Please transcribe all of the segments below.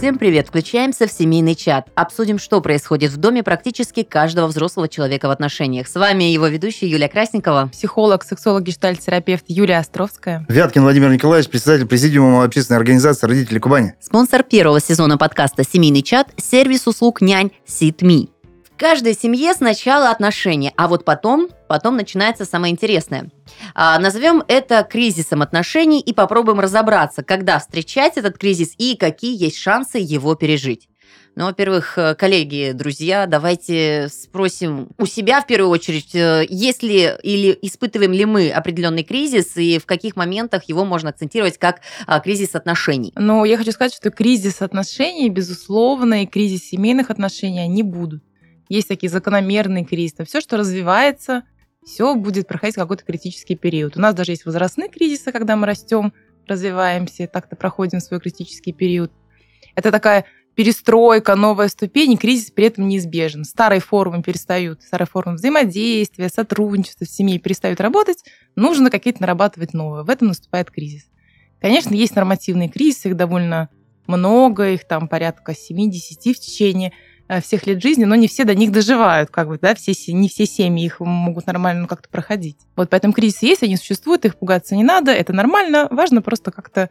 Всем привет! Включаемся в семейный чат. Обсудим, что происходит в доме практически каждого взрослого человека в отношениях. С вами его ведущая Юлия Красникова. Психолог, сексолог, гештальт-терапевт Юлия Островская. Вяткин Владимир Николаевич, председатель президиума общественной организации «Родители Кубани». Спонсор первого сезона подкаста «Семейный чат» – сервис услуг нянь SeatMe. В каждой семье сначала отношения, а вот потом начинается самое интересное. Назовем это кризисом отношений и попробуем разобраться, когда встречать этот кризис и какие есть шансы его пережить. Ну, во-первых, коллеги, друзья, давайте спросим у себя в первую очередь, есть ли или испытываем ли мы определенный кризис и в каких моментах его можно акцентировать как кризис отношений. Но я хочу сказать, что кризис отношений, безусловно, и кризис семейных отношений, они будут. Есть такие закономерные кризисы. Все, что развивается, все будет проходить какой-то критический период. У нас даже есть возрастные кризисы, когда мы растем, развиваемся, так-то проходим свой критический период. Это такая перестройка, новая ступень, и кризис при этом неизбежен. Старые формы взаимодействия, сотрудничества в семье перестают работать, нужно какие-то нарабатывать новые. В этом наступает кризис. Конечно, есть нормативные кризисы, их довольно много, их там порядка 7-10 в течение всех лет жизни, но не все до них доживают, не все семьи их могут нормально как-то проходить. Вот поэтому кризисы есть, они существуют, их пугаться не надо, это нормально, важно просто как-то,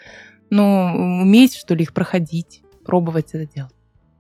уметь, что ли, их проходить, пробовать это делать.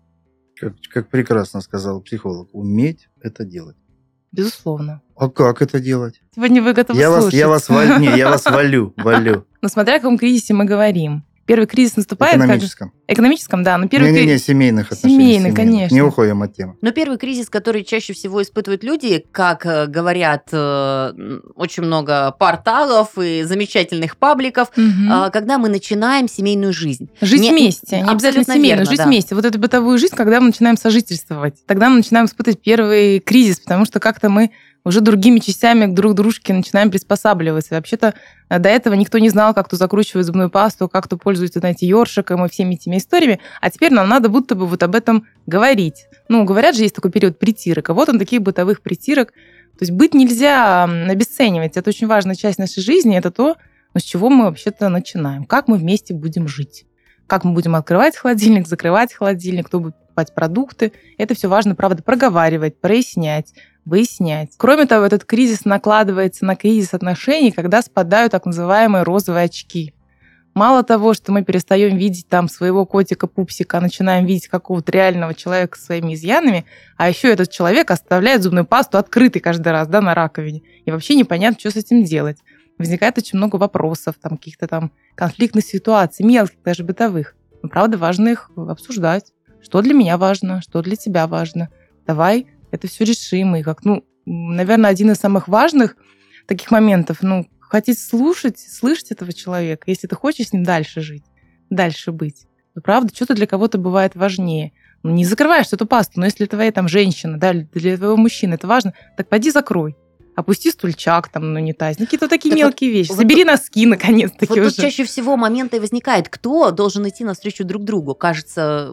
Как прекрасно сказал психолог, уметь это делать. Безусловно. А как это делать? Сегодня вы готовы слушать. Я вас валю. Но смотря о каком кризисе мы говорим. Первый кризис наступает... Экономическом, да. Но первый семейных отношений. Семейный, конечно. Не уходим от темы. Но первый кризис, который чаще всего испытывают люди, как говорят очень много порталов и замечательных пабликов, когда мы начинаем семейную жизнь. Жить вместе. Не обязательно семейную, жить вместе. Вот эту бытовую жизнь, когда мы начинаем сожительствовать. Тогда мы начинаем испытывать первый кризис, потому что как-то мы уже другими частями к друг дружке начинаем приспосабливаться. Вообще-то до этого никто не знал, как кто закручивает зубную пасту, как кто пользуется, ёршиком и всеми этими историями. А теперь нам надо будто бы вот об этом говорить. Говорят же, есть такой период притирок. А вот он, таких бытовых притирок. То есть быт нельзя обесценивать. Это очень важная часть нашей жизни. Это то, с чего мы вообще-то начинаем. Как мы вместе будем жить. Как мы будем открывать холодильник, закрывать холодильник, кто будет покупать продукты. Это все важно, правда, проговаривать, прояснять, выяснять. Кроме того, этот кризис накладывается на кризис отношений, когда спадают так называемые розовые очки. Мало того, что мы перестаем видеть там своего котика-пупсика, а начинаем видеть какого-то реального человека с своими изъянами, а еще этот человек оставляет зубную пасту открытой каждый раз, на раковине. И вообще непонятно, что с этим делать. Возникает очень много вопросов, каких-то там конфликтных ситуаций, мелких, даже бытовых. Но, правда, важно их обсуждать. Что для меня важно, что для тебя важно. Давай это все решим. И наверное, один из самых важных таких моментов, хотеть слышать этого человека, если ты хочешь с ним дальше жить, дальше быть. То, правда, что-то для кого-то бывает важнее. Не закрываешь эту пасту, но если твоя женщина, для твоего мужчины это важно, так пойди закрой. Опусти стульчак на унитазе. Какие-то такие мелкие вещи. Собери носки, наконец-таки, уже. Тут чаще всего момент и возникает, кто должен идти навстречу друг другу. Кажется,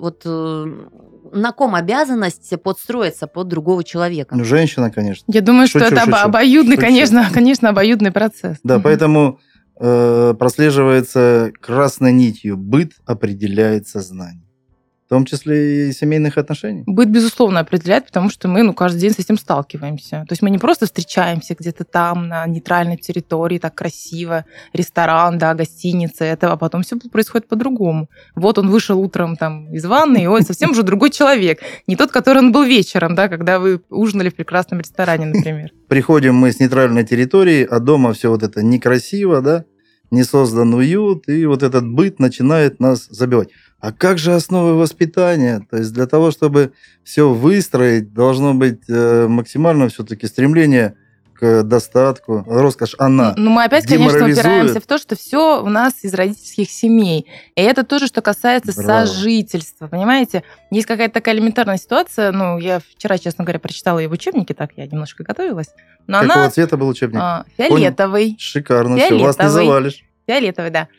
на ком обязанность подстроиться под другого человека? Женщина, конечно. Я думаю, что это обоюдный, конечно, обоюдный процесс. Да, поэтому прослеживается красной нитью. Быт определяет сознание. В том числе и семейных отношений? Быт, безусловно, определяет, потому что мы каждый день с этим сталкиваемся. То есть мы не просто встречаемся где-то там, на нейтральной территории, так красиво, ресторан, гостиница, а потом все происходит по-другому. Вот он вышел утром из ванны, и он совсем уже другой человек. Не тот, который он был вечером, когда вы ужинали в прекрасном ресторане, например. Приходим мы с нейтральной территории, а дома все это некрасиво, не создан уют, и этот быт начинает нас забивать. А как же основы воспитания? То есть для того, чтобы все выстроить, должно быть максимально все-таки стремление к достатку. Роскошь, она мы опять, конечно, упираемся в то, что все у нас из родительских семей. И это тоже, что касается сожительства. Понимаете? Есть какая-то такая элементарная ситуация. Я вчера, честно говоря, прочитала ее в учебнике, так я немножко готовилась. Но какого цвета был учебник? Фиолетовый. Понял. Шикарно, все, вас не завалишь. Фиолетовый, да.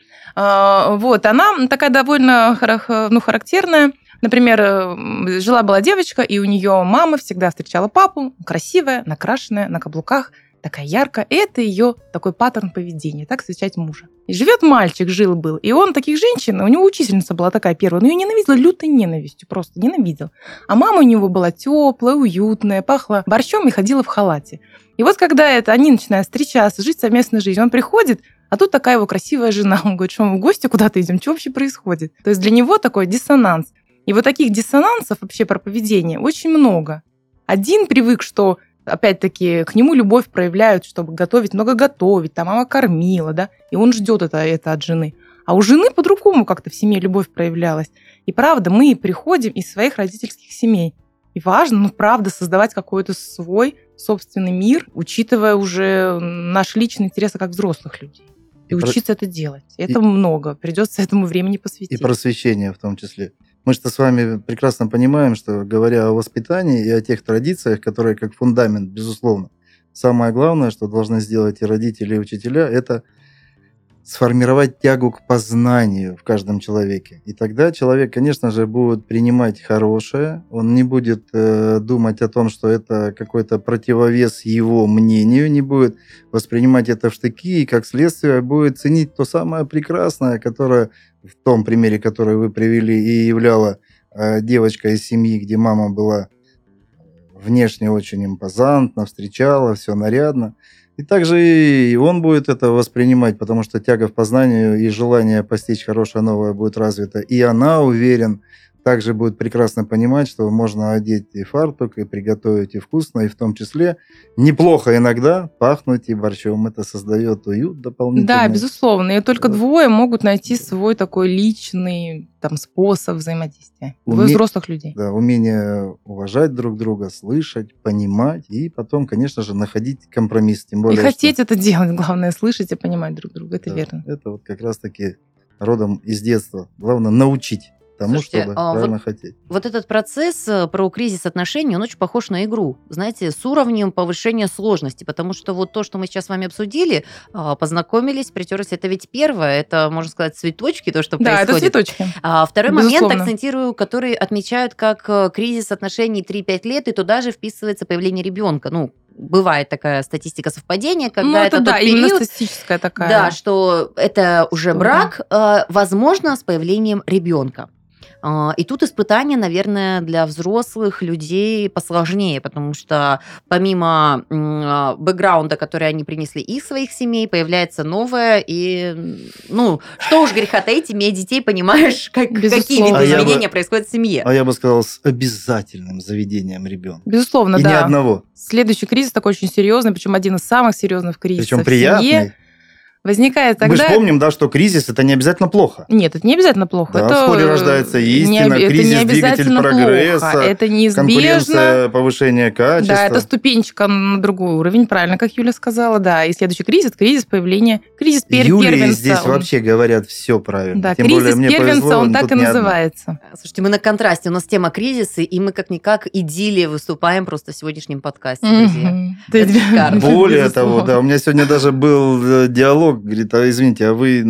Она такая довольно характерная. Например, жила-была девочка, и у нее мама всегда встречала папу, красивая, накрашенная, на каблуках, такая яркая. Это ее такой паттерн поведения, так встречать мужа. И живет мальчик, жил-был. И он таких женщин, у него учительница была такая первая, но ее ненавидела лютой ненавистью, просто ненавидел. А мама у него была теплая, уютная, пахла борщом и ходила в халате. И вот когда они начинают встречаться, жить совместной жизнью, он приходит, а тут такая его красивая жена. Он говорит, что мы в гости куда-то идем, что вообще происходит? То есть для него такой диссонанс. И вот таких диссонансов вообще про поведение очень много. Один привык, что, опять-таки, к нему любовь проявляют, чтобы готовить, много готовить, там мама кормила, да, и он ждет это от жены. А у жены по-другому как-то в семье любовь проявлялась. И правда, мы приходим из своих родительских семей. И важно, правда, создавать какой-то свой собственный мир, учитывая уже наши личные интересы как взрослых людей. И учиться это делать. Это много. Придется этому времени посвятить. И просвещение в том числе. Мы что с вами прекрасно понимаем, что, говоря о воспитании и о тех традициях, которые как фундамент, безусловно, самое главное, что должны сделать и родители, и учителя, это сформировать тягу к познанию в каждом человеке. И тогда человек, конечно же, будет принимать хорошее, он не будет думать о том, что это какой-то противовес его мнению, не будет воспринимать это в штыки, и как следствие будет ценить то самое прекрасное, которое в том примере, который вы привели, и являла девочка из семьи, где мама была внешне очень импозантна, встречала, все нарядно. И также и он будет это воспринимать, потому что тяга к познанию и желание постичь хорошее новое будет развито. И она, уверен, также будет прекрасно понимать, что можно одеть и фартук, и приготовить и вкусно, и в том числе неплохо иногда пахнуть и борщом. Это создает уют дополнительный. Да, безусловно. И только двое могут найти свой такой личный способ взаимодействия. Двое взрослых людей. Да, умение уважать друг друга, слышать, понимать, и потом, конечно же, находить компромисс. Тем более, и хотеть это делать, главное, слышать и понимать друг друга. Это верно. Это вот как раз-таки родом из детства. Главное научить тому, слушайте, чтобы правильно хотеть. Вот этот процесс про кризис отношений, он очень похож на игру, знаете, с уровнем повышения сложности, потому что вот то, что мы сейчас с вами обсудили, познакомились, притерлись, это ведь первое, это, можно сказать, цветочки, то, что происходит. Да, это цветочки. Второй момент, акцентирую, который отмечают как кризис отношений 3-5 лет, и туда же вписывается появление ребенка. Бывает такая статистика совпадения, когда это тот период, именно статистическая такая. Да, что это уже брак, возможно, с появлением ребенка. И тут испытание, наверное, для взрослых людей посложнее, потому что помимо бэкграунда, который они принесли из своих семей, появляется новое, и, что уж греха таить, имея детей, понимаешь, какие виды изменения происходят в семье. А я бы сказал, с обязательным заведением ребенка. Безусловно, и да. И ни одного. Следующий кризис такой очень серьезный, причем один из самых серьезных кризисов причем приятный. В семье. Возникает тогда... Мы же помним, да, что кризис – это не обязательно плохо. Нет, это не обязательно плохо. Да, это вскоре рождается истина, кризис, двигатель прогресса, это неизбежно. Конкуренция, повышение качества. Да, это ступенечка на другой уровень, правильно, как Юля сказала, да. И следующий кризис появления, кризис первенца. Юлии здесь вообще говорят все правильно. Да, Тем кризис более, мне первенца, повезло, он так и называется. Слушайте, мы на контрасте, у нас тема кризисы, и мы как-никак идиллия выступаем просто в сегодняхе подкасте, друзья. Более того, да, у меня сегодня даже был диалог, говорит, извините, а вы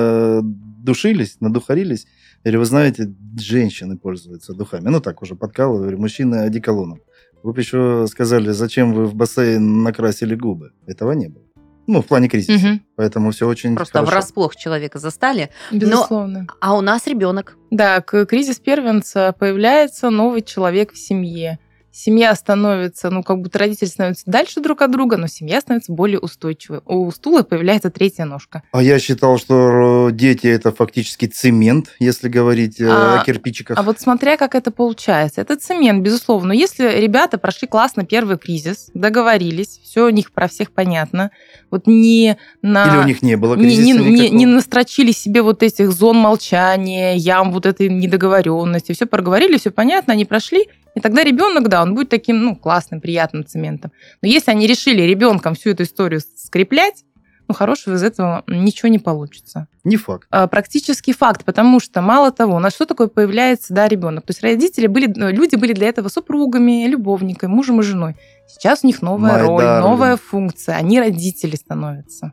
надушились, надухарились? Или вы знаете, женщины пользуются духами. Так уже подкалываю, говорю, мужчины одеколоном. Вы бы еще сказали, зачем вы в бассейн накрасили губы? Этого не было. В плане кризиса. Угу. Поэтому все очень просто хорошо. Врасплох человека застали. Безусловно. А у нас ребенок. Да, кризис первенца, появляется новый человек в семье. Семья становится, как будто родители становятся дальше друг от друга, но семья становится более устойчивой. У стула появляется третья ножка. А я считал, что дети – это фактически цемент, если говорить о кирпичиках. А вот смотря, как это получается. Это цемент, безусловно. Но если ребята прошли классно первый кризис, договорились, все у них про всех понятно, или у них не было кризиса не настрочили себе вот этих зон молчания, ям вот этой недоговоренности, все проговорили, все понятно, они прошли. И тогда ребенок, да, он будет таким, классным, приятным цементом. Но если они решили ребенком всю эту историю скреплять, хорошего из этого ничего не получится. Не факт. Практически факт, потому что, мало того, у нас что такое появляется, ребенок? То есть люди были для этого супругами, любовниками, мужем и женой. Сейчас у них новая роль, новая функция. Они родители становятся.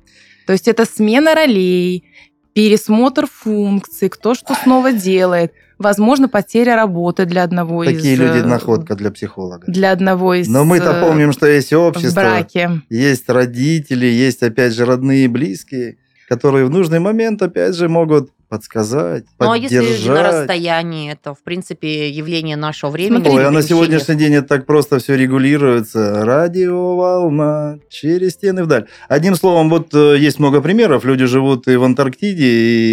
То есть это смена ролей, пересмотр функций, кто что снова делает. Возможно, потеря работы для одного из... Такие люди находка для психолога. Для одного из... Но мы-то помним, что есть общество, в браке. Есть родители, есть, опять же, родные и близкие, которые в нужный момент, опять же, могут подсказать, поддержать. Ну, а если на расстоянии, это, в принципе, явление нашего времени. Ой, а на сегодняшний день это так просто все регулируется. Радиоволна через стены вдаль. Одним словом, вот есть много примеров. Люди живут и в Антарктиде,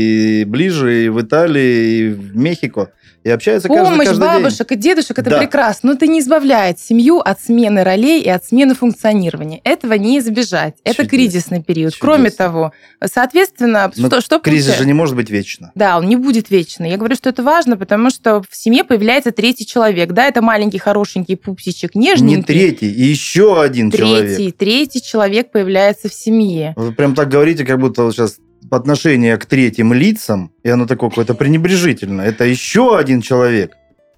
и ближе, и в Италии, и в Мехико. И общаются каждый день. Бабушек и дедушек – это прекрасно. Но это не избавляет семью от смены ролей и от смены функционирования. Этого не избежать. Это кризисный период. Кроме того, соответственно, что кризис же не может быть вечным. Да, он не будет вечный. Я говорю, что это важно, потому что в семье появляется третий человек. Да, это маленький, хорошенький пупсичек, нежненький. Не третий, и еще один человек. Третий человек появляется в семье. Вы прям так говорите, как будто вот сейчас отношение к третьим лицам, и оно такое какое-то пренебрежительное. Это еще один человек.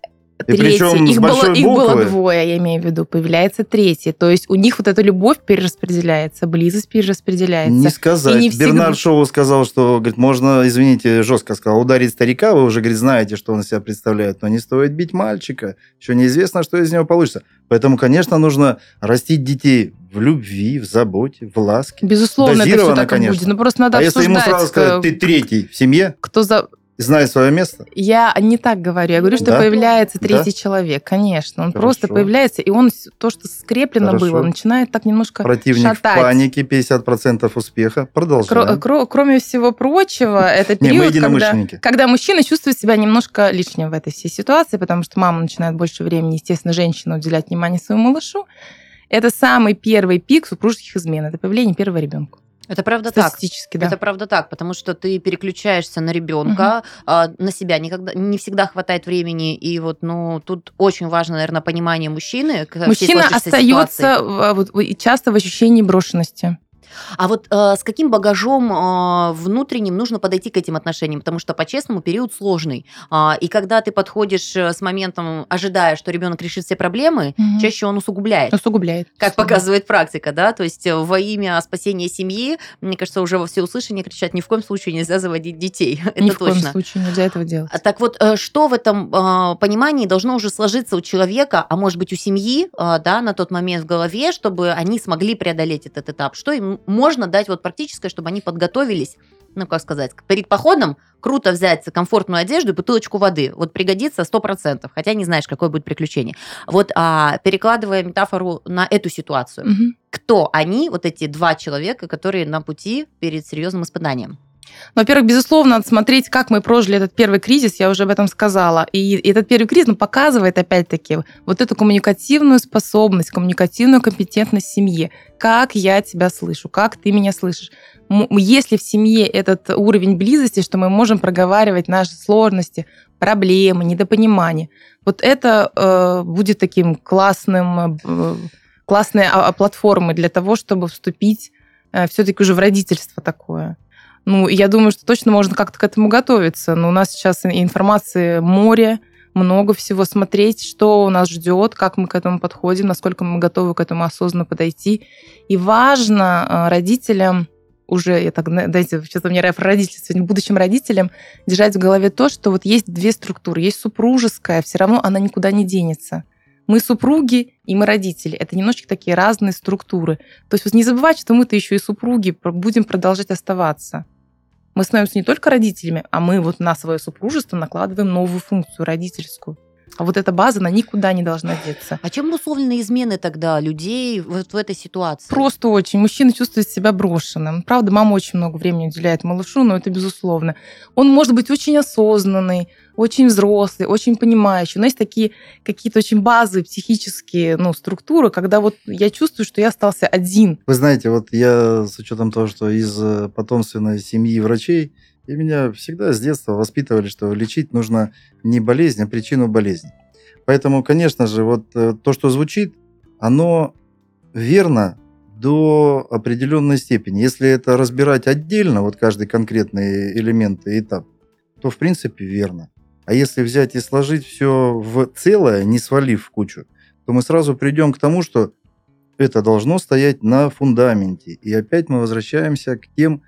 И причем с большой буквы. Их было двое, я имею в виду. Появляется третий. То есть у них вот эта любовь перераспределяется, близость перераспределяется. Не сказать. Не Бернард Шоу сказал, что, говорит, можно, извините, жестко сказал, ударить старика, вы уже, говорит, знаете, что он из себя представляет, но не стоит бить мальчика. Еще неизвестно, что из него получится. Поэтому, конечно, нужно растить детей в любви, в заботе, в ласке. Безусловно, это все так конечно. Будет. Но просто надо обсуждать. А если ему сразу сказать, ты третий в семье? Зная свое место? Я не так говорю. Я говорю, что появляется третий человек. Конечно. Он просто появляется, и он то, что скреплено было, начинает так немножко противник шатать. В панике, 50% успеха. Продолжаем. Кроме всего прочего, это период, когда мужчина чувствует себя немножко лишним в этой всей ситуации, потому что мама начинает больше времени, естественно, женщина уделять внимание своему малышу. Это самый первый пик супружеских измен. Это появление первого ребенка. Это правда так. Да. Это правда так, потому что ты переключаешься на ребенка, на себя не всегда хватает времени, и вот, тут очень важно, наверное, понимание мужчины. Мужчина остается часто в ощущении брошенности. А вот с каким багажом внутренним нужно подойти к этим отношениям? Потому что, по-честному, период сложный. И когда ты подходишь с моментом, ожидая, что ребенок решит все проблемы, чаще он усугубляет. Как показывает практика, да? То есть во имя спасения семьи, мне кажется, уже во всеуслышание кричат, ни в коем случае нельзя заводить детей. Это ни точно. В коем случае нельзя этого делать. Так вот, что в этом понимании должно уже сложиться у человека, а может быть у семьи, да, на тот момент в голове, чтобы они смогли преодолеть этот этап? Что им можно дать вот практическое, чтобы они подготовились, перед походом круто взять комфортную одежду и бутылочку воды. Вот пригодится 100%, хотя не знаешь, какое будет приключение. Вот перекладывая метафору на эту ситуацию. Кто они, вот эти два человека, которые на пути перед серьезным испытанием? Во-первых, безусловно, надо смотреть, как мы прожили этот первый кризис, я уже об этом сказала. И этот первый кризис показывает, опять-таки, вот эту коммуникативную способность, коммуникативную компетентность в семье. Как я тебя слышу, как ты меня слышишь. Есть ли в семье этот уровень близости, что мы можем проговаривать наши сложности, проблемы, недопонимания. Вот это будет таким классной платформой для того, чтобы вступить все-таки уже в родительство такое. Я думаю, что точно можно как-то к этому готовиться. Но у нас сейчас информации море, много всего смотреть, что у нас ждет, как мы к этому подходим, насколько мы готовы к этому осознанно подойти. И важно родителям, сейчас у меня про родительство, будущим родителям, держать в голове то, что вот есть две структуры. Есть супружеская, все равно она никуда не денется. Мы супруги, и мы родители. Это немножечко такие разные структуры. То есть не забывать, что мы-то еще и супруги, будем продолжать оставаться. Мы становимся не только родителями, а мы вот на свое супружество накладываем новую функцию родительскую. А вот эта база, она никуда не должна деться. А чем условлены измены тогда людей вот в этой ситуации? Просто очень. Мужчина чувствует себя брошенным. Правда, мама очень много времени уделяет малышу, но это безусловно. Он может быть очень осознанный, очень взрослый, очень понимающий. Но есть такие какие-то очень базовые психические структуры, когда вот я чувствую, что я остался один. Вы знаете, вот я с учетом того, что из потомственной семьи врачей, и меня всегда с детства воспитывали, что лечить нужно не болезнь, а причину болезни. Поэтому, конечно же, вот то, что звучит, оно верно до определенной степени. Если это разбирать отдельно, вот каждый конкретный элемент и этап, то в принципе верно. А если взять и сложить все в целое, не свалив в кучу, то мы сразу придем к тому, что это должно стоять на фундаменте. И опять мы возвращаемся к тем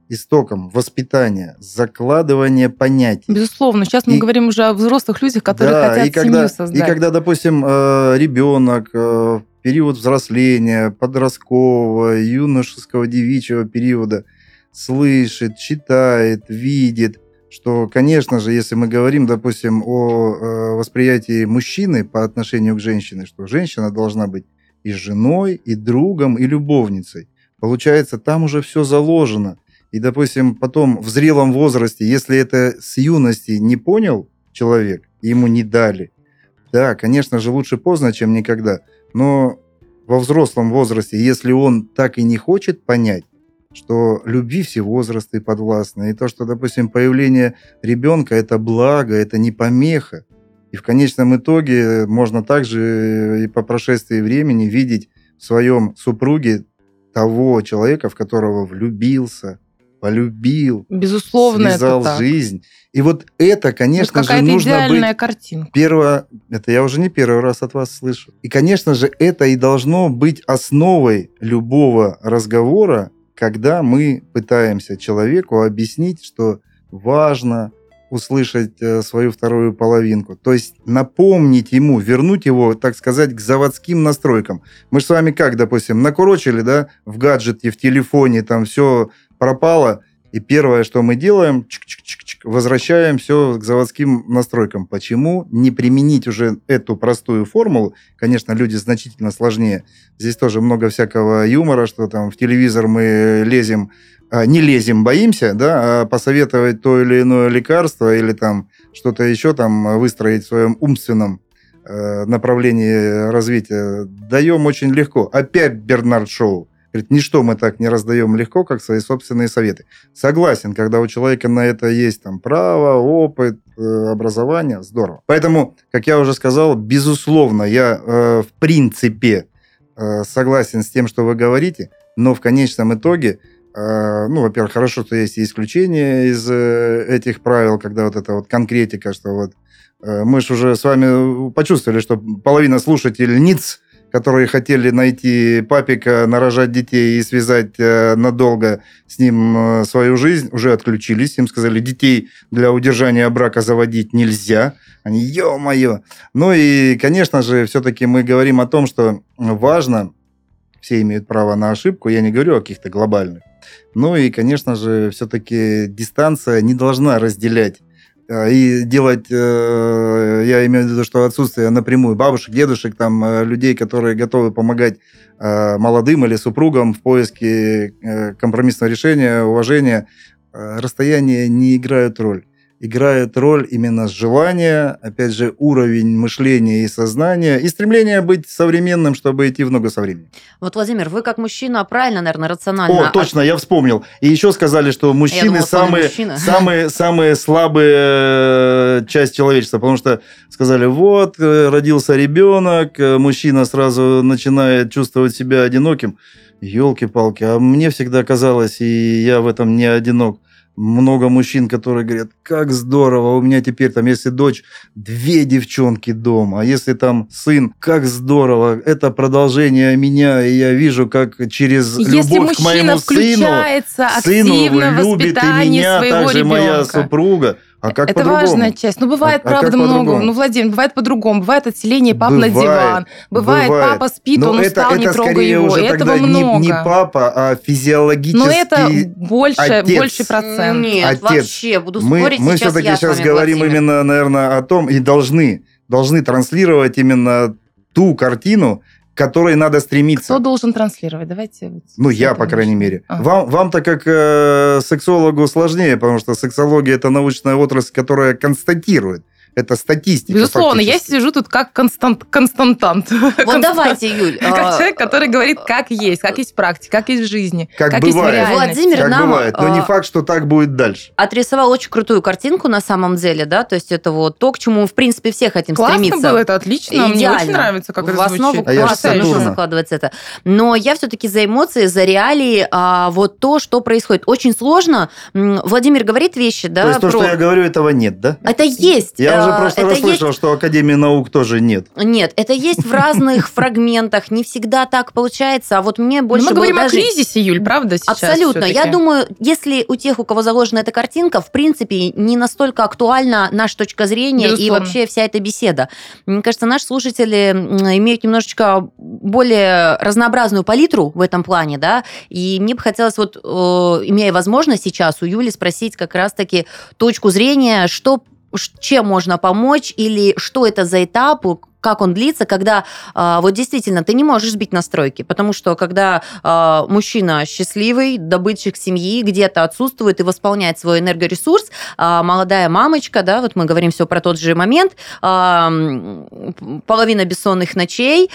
истоком воспитания, закладывания понятий. Безусловно. Сейчас мы говорим уже о взрослых людях, которые хотят семью создать. И когда, допустим, ребенок в период взросления, подросткового, юношеского, девичьего периода слышит, читает, видит, что, конечно же, если мы говорим, допустим, о восприятии мужчины по отношению к женщине, что женщина должна быть и женой, и другом, и любовницей. Получается, там уже все заложено. И, допустим, потом в зрелом возрасте, если это с юности не понял человек, ему не дали, да, конечно же, лучше поздно, чем никогда. Но во взрослом возрасте, если он так и не хочет понять, что любви все возрасты подвластны, и то, что, допустим, появление ребенка – это благо, это не помеха. И в конечном итоге можно также и по прошествии времени видеть в своем супруге того человека, в которого влюбился, полюбил, безусловно, связал это так. жизнь. И вот это, конечно же, нужно быть... картинка. Это я уже не первый раз от вас слышу. И, конечно же, это и должно быть основой любого разговора, когда мы пытаемся человеку объяснить, что важно услышать свою вторую половинку. То есть напомнить ему, вернуть его, так сказать, к заводским настройкам. Мы же с вами как, допустим, накурочили, да, в гаджете, в телефоне, там все пропало, и первое, что мы делаем, возвращаем все к заводским настройкам. Почему не применить уже эту простую формулу? Конечно, люди значительно сложнее. Здесь тоже много всякого юмора, что там в телевизор мы лезем, не лезем, боимся, да, а посоветовать то или иное лекарство или там что-то еще там выстроить в своем умственном направлении развития даем очень легко. Опять Бернард Шоу. Говорит, ничто мы так не раздаем легко, как свои собственные советы. Согласен, когда у человека на это есть там право, опыт, образование, здорово. Поэтому, как я уже сказал, безусловно, я в принципе согласен с тем, что вы говорите, но в конечном итоге, во-первых, хорошо, что есть и исключения из этих правил, когда вот эта вот конкретика, что вот мы же уже с вами почувствовали, что половина слушательниц, которые хотели найти папика, нарожать детей и связать надолго с ним свою жизнь, уже отключились. Им сказали, детей для удержания брака заводить нельзя. Они, ё-моё. Ну и, конечно же, все-таки мы говорим о том, что важно, все имеют право на ошибку, я не говорю о каких-то глобальных. Ну и, конечно же, все-таки дистанция не должна разделять и делать, я имею в виду, что отсутствие напрямую бабушек, дедушек, там, людей, которые готовы помогать молодым или супругам в поиске компромиссного решения, уважения, расстояние не играют роль. Играет роль именно желание, опять же, уровень мышления и сознания, и стремление быть современным, чтобы идти в ногу со временем. Вот, Владимир, вы как мужчина правильно, наверное, рационально... О, точно, я вспомнил. И еще сказали, что мужчины самые слабые часть человечества, потому что сказали, вот, родился ребенок, мужчина сразу начинает чувствовать себя одиноким. Ёлки-палки, а мне всегда казалось, и я в этом не одинок, много мужчин, которые говорят, как здорово, у меня теперь там, если дочь, 2 девчонки дома, а если там сын, как здорово, это продолжение меня, и я вижу, как через любовь к моему сыну любит и меня, также ребенка. Моя супруга. А как это по-другому? важная часть. Ну, бывает, правда, много. Ну, Владимир, бывает по-другому. Бывает отселение пап на диван. Бывает, папа спит, он устал, не трогай его. Уже этого много. Не папа, а физиологический но это больший процент. Нет, отец. Вообще, буду спорить, мы все-таки сейчас говорим Владимир. именно, наверное, о том, и должны транслировать именно ту картину, к которой надо стремиться. Кто должен транслировать? Давайте. Ну, я, по крайней мере. Вам-то как сексологу сложнее, потому что сексология – это научная отрасль, которая констатирует. Это статистика. Безусловно, я сижу тут как константант. Вот давайте, Юль. Как человек, который говорит, как есть практика, как есть в жизни, как есть в реальности. Владимир нам бывает, но не факт, что так будет дальше. Отрисовал очень крутую картинку на самом деле, да, то есть это вот то, к чему мы, в принципе, все хотим стремиться. Классно было, это отлично, мне очень нравится, как это звучит. В основу классно нужно закладываться это. Но я все-таки за эмоции, за реалии, вот то, что происходит. Очень сложно. Владимир говорит вещи, да. То есть то, что я говорю, этого нет, да? Это есть. же просто расслышал, что Академии наук тоже нет. Нет, это есть в разных фрагментах, не всегда так получается, а вот мне больше... Мы говорим о кризисе, Юль, правда, сейчас? Абсолютно. Я думаю, если у тех, у кого заложена эта картинка, в принципе, не настолько актуальна наша точка зрения и вообще вся эта беседа. Мне кажется, наши слушатели имеют немножечко более разнообразную палитру в этом плане, да, и мне бы хотелось, вот, имея возможность сейчас у Юли спросить как раз-таки точку зрения, чем можно помочь или что это за этап, как он длится, когда вот действительно ты не можешь сбить настройки, потому что когда мужчина счастливый, добытчик семьи, где-то отсутствует и восполняет свой энергоресурс, молодая мамочка, да, вот мы говорим все про тот же момент, половина бессонных ночей,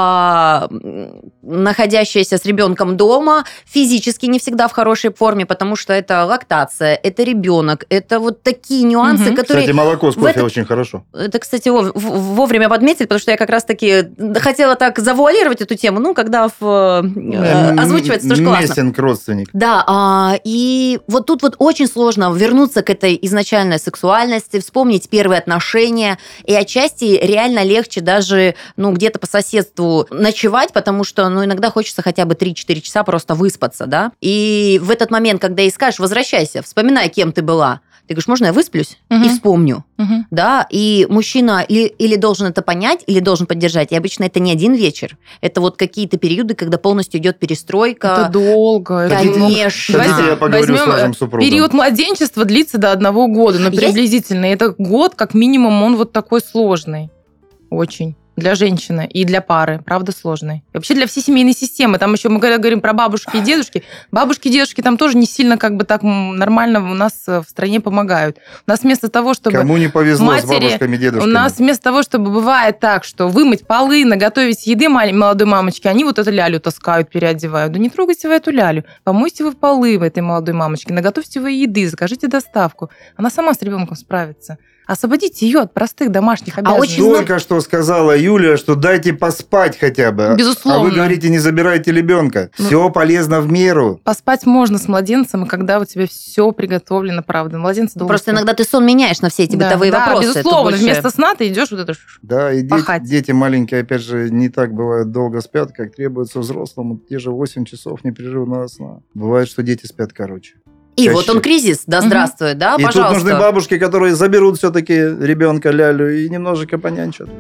находящаяся с ребенком дома, физически не всегда в хорошей форме, потому что это лактация, это ребенок, это вот такие нюансы, которые... Кстати, молоко с кофе очень хорошо. Это, кстати, вовремя подметили, потому что я как раз-таки хотела так завуалировать эту тему, ну, когда озвучивается, тоже классно. Местен родственник. Да, и вот тут вот очень сложно вернуться к этой изначальной сексуальности, вспомнить первые отношения, и отчасти реально легче даже, ну, где-то по соседству ночевать, потому что, ну, иногда хочется хотя бы 3-4 часа просто выспаться, да, и в этот момент, когда ей скажешь, возвращайся, вспоминай, кем ты была, ты говоришь, можно я высплюсь и вспомню, да, и мужчина или должен это понять, или должен поддержать, и обычно это не один вечер, это вот какие-то периоды, когда полностью идет перестройка. Это долго. Конечно. Давайте я поговорю с вашим супругом. Период младенчества длится до 1 года, но приблизительно. Это год, как минимум, он вот такой сложный. Очень. Для женщины и для пары, правда, сложный. И вообще для всей семейной системы. Там еще мы говорим про бабушки и дедушки. Бабушки и дедушки там тоже не сильно как бы так нормально у нас в стране помогают. У нас вместо того, чтобы... Кому не повезло матери, с бабушками и дедушками? У нас вместо того, чтобы бывает так, что вымыть полы, наготовить еды молодой мамочке, они вот эту лялю таскают, переодевают. Да не трогайте вы эту лялю. Помойте вы полы в этой молодой мамочке, наготовьте вы еды, закажите доставку. Она сама с ребенком справится. Освободите ее от простых домашних обязанностей. Только что сказала Юля, что дайте поспать хотя бы. Безусловно. А вы говорите, не забирайте ребенка. Все полезно в меру. Поспать можно с младенцем, когда у тебя все приготовлено, правда. Младенец должен... Просто иногда ты сон меняешь на все эти бытовые вопросы. Да, безусловно. Вместо сна ты идешь вот это Да, и пахать. дети маленькие, опять же, не так бывает долго спят, как требуется взрослому. Те же 8 часов непрерывного сна. Бывает, что дети спят короче. И чаще. Вот он кризис, да, здравствует, да, и пожалуйста. И тут нужны бабушки, которые заберут все-таки ребенка лялю и немножечко понянчат.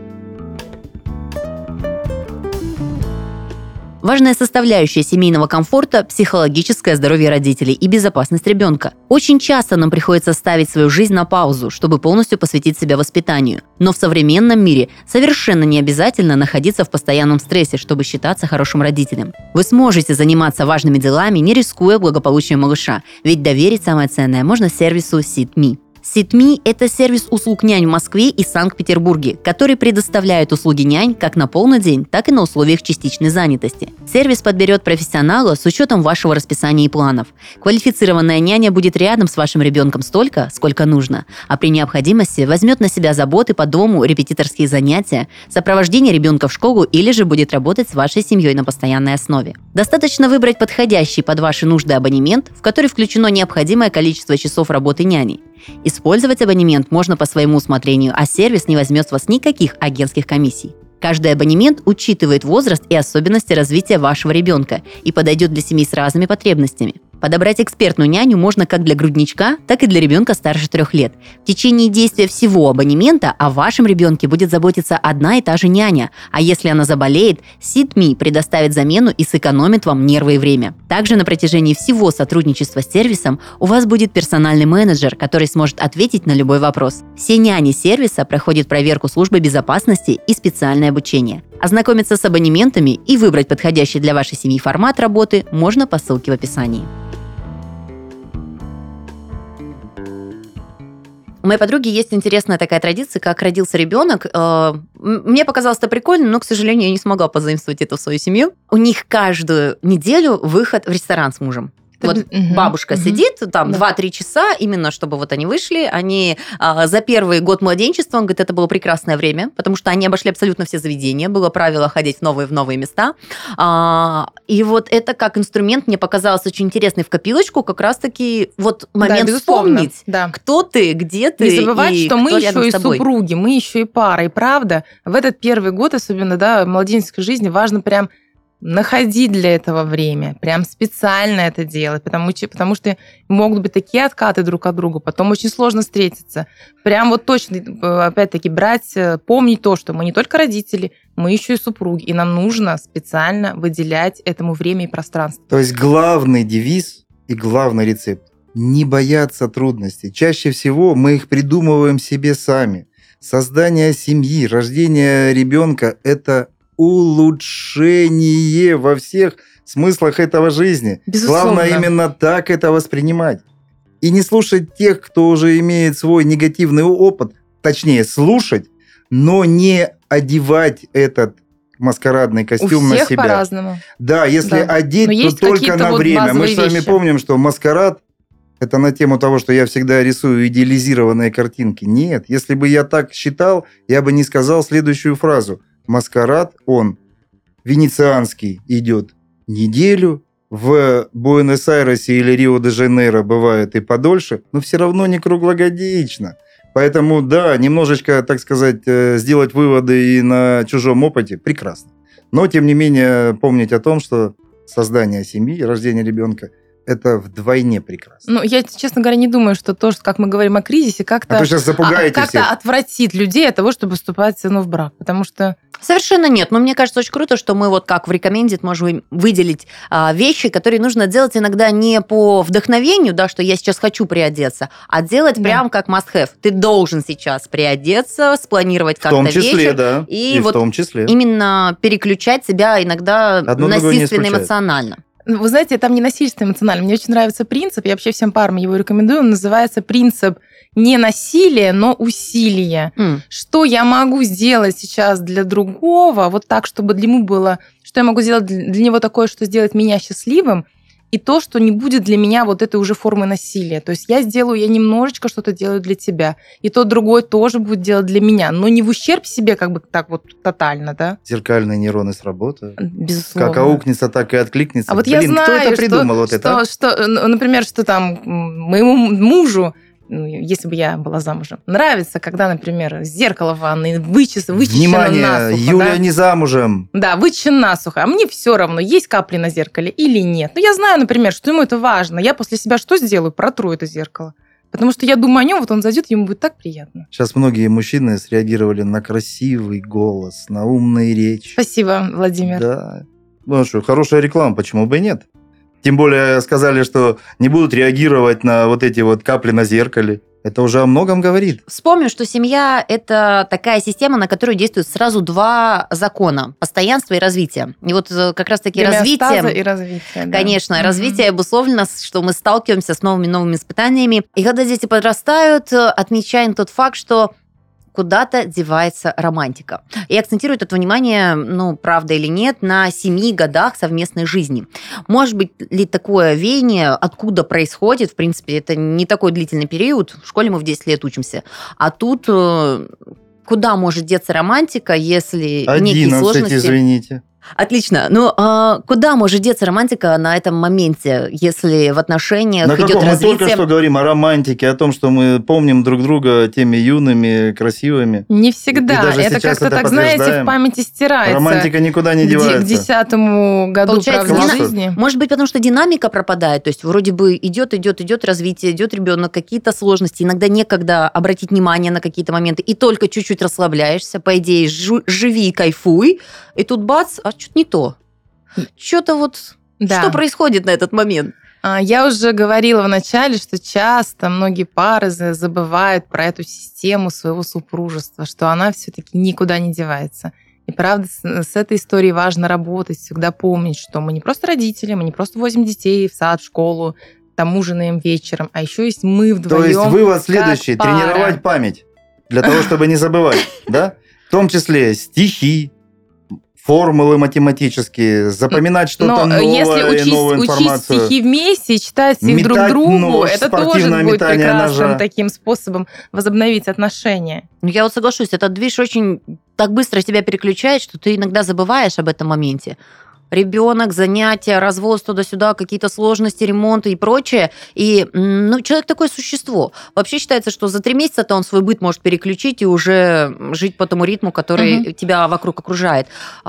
Важная составляющая семейного комфорта – психологическое здоровье родителей и безопасность ребенка. Очень часто нам приходится ставить свою жизнь на паузу, чтобы полностью посвятить себя воспитанию. Но в современном мире совершенно не обязательно находиться в постоянном стрессе, чтобы считаться хорошим родителем. Вы сможете заниматься важными делами, не рискуя благополучием малыша, ведь доверить самое ценное можно сервису SeatMe. SeatMe – это сервис услуг нянь в Москве и Санкт-Петербурге, который предоставляет услуги нянь как на полный день, так и на условиях частичной занятости. Сервис подберет профессионала с учетом вашего расписания и планов. Квалифицированная няня будет рядом с вашим ребенком столько, сколько нужно, а при необходимости возьмет на себя заботы по дому, репетиторские занятия, сопровождение ребенка в школу или же будет работать с вашей семьей на постоянной основе. Достаточно выбрать подходящий под ваши нужды абонемент, в который включено необходимое количество часов работы няни. Использовать абонемент можно по своему усмотрению, а сервис не возьмет с вас никаких агентских комиссий. Каждый абонемент учитывает возраст и особенности развития вашего ребенка и подойдет для семей с разными потребностями. Подобрать экспертную няню можно как для грудничка, так и для ребенка старше 3 лет. В течение действия всего абонемента о вашем ребенке будет заботиться одна и та же няня, а если она заболеет, SeatMe предоставит замену и сэкономит вам нервы и время. Также на протяжении всего сотрудничества с сервисом у вас будет персональный менеджер, который сможет ответить на любой вопрос. Все няни сервиса проходят проверку службы безопасности и специальное обучение. Ознакомиться с абонементами и выбрать подходящий для вашей семьи формат работы можно по ссылке в описании. У моей подруги есть интересная такая традиция, как родился ребенок. Мне показалось это прикольно, но, к сожалению, я не смогла позаимствовать это в свою семью. У них каждую неделю выход в ресторан с мужем. Вот бабушка сидит там 2-3 часа, именно чтобы вот они вышли, они за первый год младенчества, он говорит, это было прекрасное время, потому что они обошли абсолютно все заведения, было правило ходить в новые места. И вот это как инструмент мне показалось очень интересный в копилочку, как раз-таки вот момент вспомнить, кто ты, где ты. Не забывать, что мы еще и супруги, мы еще и пара. И правда, в этот первый год, особенно в младенческой жизни, важно прям находить для этого время, прям специально это делать, потому что могут быть такие откаты друг от друга, потом очень сложно встретиться. Прям вот точно, опять-таки, помнить то, что мы не только родители, мы еще и супруги, и нам нужно специально выделять этому время и пространство. То есть главный девиз и главный рецепт – не бояться трудностей. Чаще всего мы их придумываем себе сами. Создание семьи, рождение ребенка – это улучшение во всех смыслах этого жизни. Безусловно. Главное именно так это воспринимать. И не слушать тех, кто уже имеет свой негативный опыт, точнее, слушать, но не одевать этот маскарадный костюм на себя. У всех по-разному. Да, если одеть, то только на время. Мы с вами помним, что маскарад – это на тему того, что я всегда рисую идеализированные картинки. Нет, если бы я так считал, я бы не сказал следующую фразу. Маскарад, он венецианский, идет неделю, в Буэнос-Айресе или Рио-де-Жанейро бывает и подольше, но все равно не круглогодично. Поэтому, да, немножечко, так сказать, сделать выводы и на чужом опыте прекрасно. Но, тем не менее, помнить о том, что создание семьи, рождение ребенка – это вдвойне прекрасно. Ну, я, честно говоря, не думаю, что то, что, как мы говорим о кризисе, как-то отвратит людей от того, чтобы вступать в брак. Потому что... Совершенно нет. Но мне кажется, очень круто, что мы вот как в Recommended можем выделить вещи, которые нужно делать иногда не по вдохновению, да, что я сейчас хочу приодеться, а делать прям как must-have. Ты должен сейчас приодеться, спланировать как-то вечер. В том числе, да. И вот в том числе. Именно переключать себя иногда насильственно эмоционально. Вы знаете, там не насильственно эмоционально. Мне очень нравится принцип, я вообще всем парам его рекомендую, он называется принцип не насилия, но усилия. Что я могу сделать сейчас для другого, вот так, чтобы для него было... Что я могу сделать для него такое, что сделает меня счастливым, и то, что не будет для меня вот этой уже формы насилия. То есть я немножечко что-то делаю для тебя, и тот другой тоже будет делать для меня, но не в ущерб себе как бы так вот тотально, да? Зеркальные нейроны сработают. Безусловно. Как аукнется, так и откликнется. А вот я знаю, кто это придумал? Например, что там моему мужу, если бы я была замужем, нравится, когда, например, зеркало в ванной вычищено Внимание, насухо. Юлия не замужем. Да, вычищено насухо. А мне все равно, есть капли на зеркале или нет. Но я знаю, например, что ему это важно. Я после себя что сделаю? Протру это зеркало. Потому что я думаю о нем, вот он зайдет, ему будет так приятно. Сейчас многие мужчины среагировали на красивый голос, на умные речи. Спасибо, Владимир. Да. Ну что, хорошая реклама, почему бы и нет? Тем более сказали, что не будут реагировать на вот эти вот капли на зеркале. Это уже о многом говорит. Вспомню, что семья – это такая система, на которую действуют сразу два закона – постоянство и развитие. И вот как раз-таки развитие… и развитие, конечно, развитие обусловлено, что мы сталкиваемся с новыми испытаниями. И когда дети подрастают, отмечаем тот факт, что куда-то девается романтика. И акцентирует это внимание, правда или нет, на 7 годах совместной жизни. Может быть ли такое веяние, откуда происходит, в принципе, это не такой длительный период, в школе мы в 10 лет учимся, а тут куда может деться романтика, если 11, некие сложности... извините. Отлично. Куда может деться романтика на этом моменте, если в отношениях идет развитие? Мы только что говорим о романтике, о том, что мы помним друг друга теми юными, красивыми. Не всегда. Это как-то так, знаете, в памяти стирается. Романтика никуда не девается. К 10-му году, получается, правда, жизни. Может быть, потому что динамика пропадает. То есть вроде бы идет развитие, идет ребенок, какие-то сложности. Иногда некогда обратить внимание на какие-то моменты. И только чуть-чуть расслабляешься. По идее, живи и кайфуй. И тут бац, что-то не то. Что-то вот... Да. Что происходит на этот момент? Я уже говорила в начале, что часто многие пары забывают про эту систему своего супружества, что она все-таки никуда не девается. И правда, с этой историей важно работать, всегда помнить, что мы не просто родители, мы не просто возим детей в сад, в школу, там ужинаем вечером, а еще есть мы вдвоем. То есть вывод следующий: тренировать память для того, чтобы не забывать, да? В том числе стихи, формулы математические, запоминать что-то новое, если новую информацию. Учить стихи вместе и читать их друг другу, это тоже будет прекрасным таким способом возобновить отношения. Ну, я вот соглашусь, этот движ очень так быстро тебя переключает, что ты иногда забываешь об этом моменте. Ребенок, занятия, развоз туда-сюда, какие-то сложности, ремонты и прочее. И человек такое существо. Вообще считается, что за 3 месяца-то он свой быт может переключить и уже жить по тому ритму, который тебя вокруг окружает.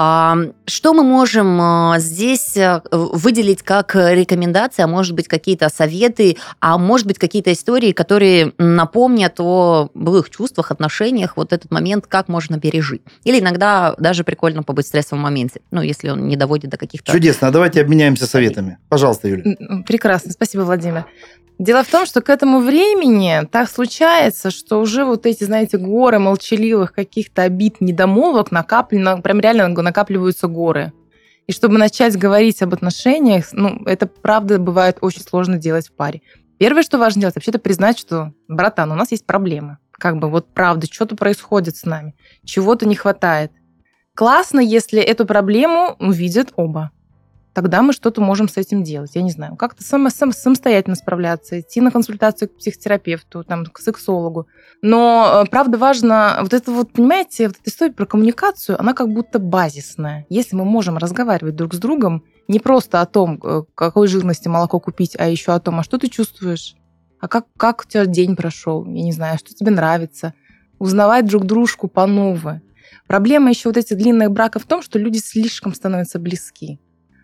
Что мы можем здесь выделить как рекомендации, а может быть, какие-то советы, а может быть, какие-то истории, которые напомнят о былых чувствах, отношениях, вот этот момент, как можно пережить. Или иногда даже прикольно побыть в стрессовом моменте, если он не доводит до каких-то... Чудесно. А давайте обменяемся советами. Пожалуйста, Юля. Прекрасно. Спасибо, Владимир. Дело в том, что к этому времени так случается, что уже вот эти, знаете, горы молчаливых каких-то обид, недомолвок прям реально накапливаются горы. И чтобы начать говорить об отношениях, это, правда, бывает очень сложно делать в паре. Первое, что важно делать, вообще-то признать, что, братан, у нас есть проблемы. Правда, что-то происходит с нами, чего-то не хватает. Классно, если эту проблему видят оба. Тогда мы что-то можем с этим делать. Я не знаю, как-то самостоятельно справляться, идти на консультацию к психотерапевту, к сексологу. Но, правда, важно, понимаете, эта история про коммуникацию, она как будто базисная. Если мы можем разговаривать друг с другом не просто о том, какой жирности молоко купить, а еще о том, а что ты чувствуешь, а как у тебя день прошел, я не знаю, что тебе нравится, узнавать друг дружку по-новому. Проблема еще этих длинных браков в том, что люди слишком становятся близки.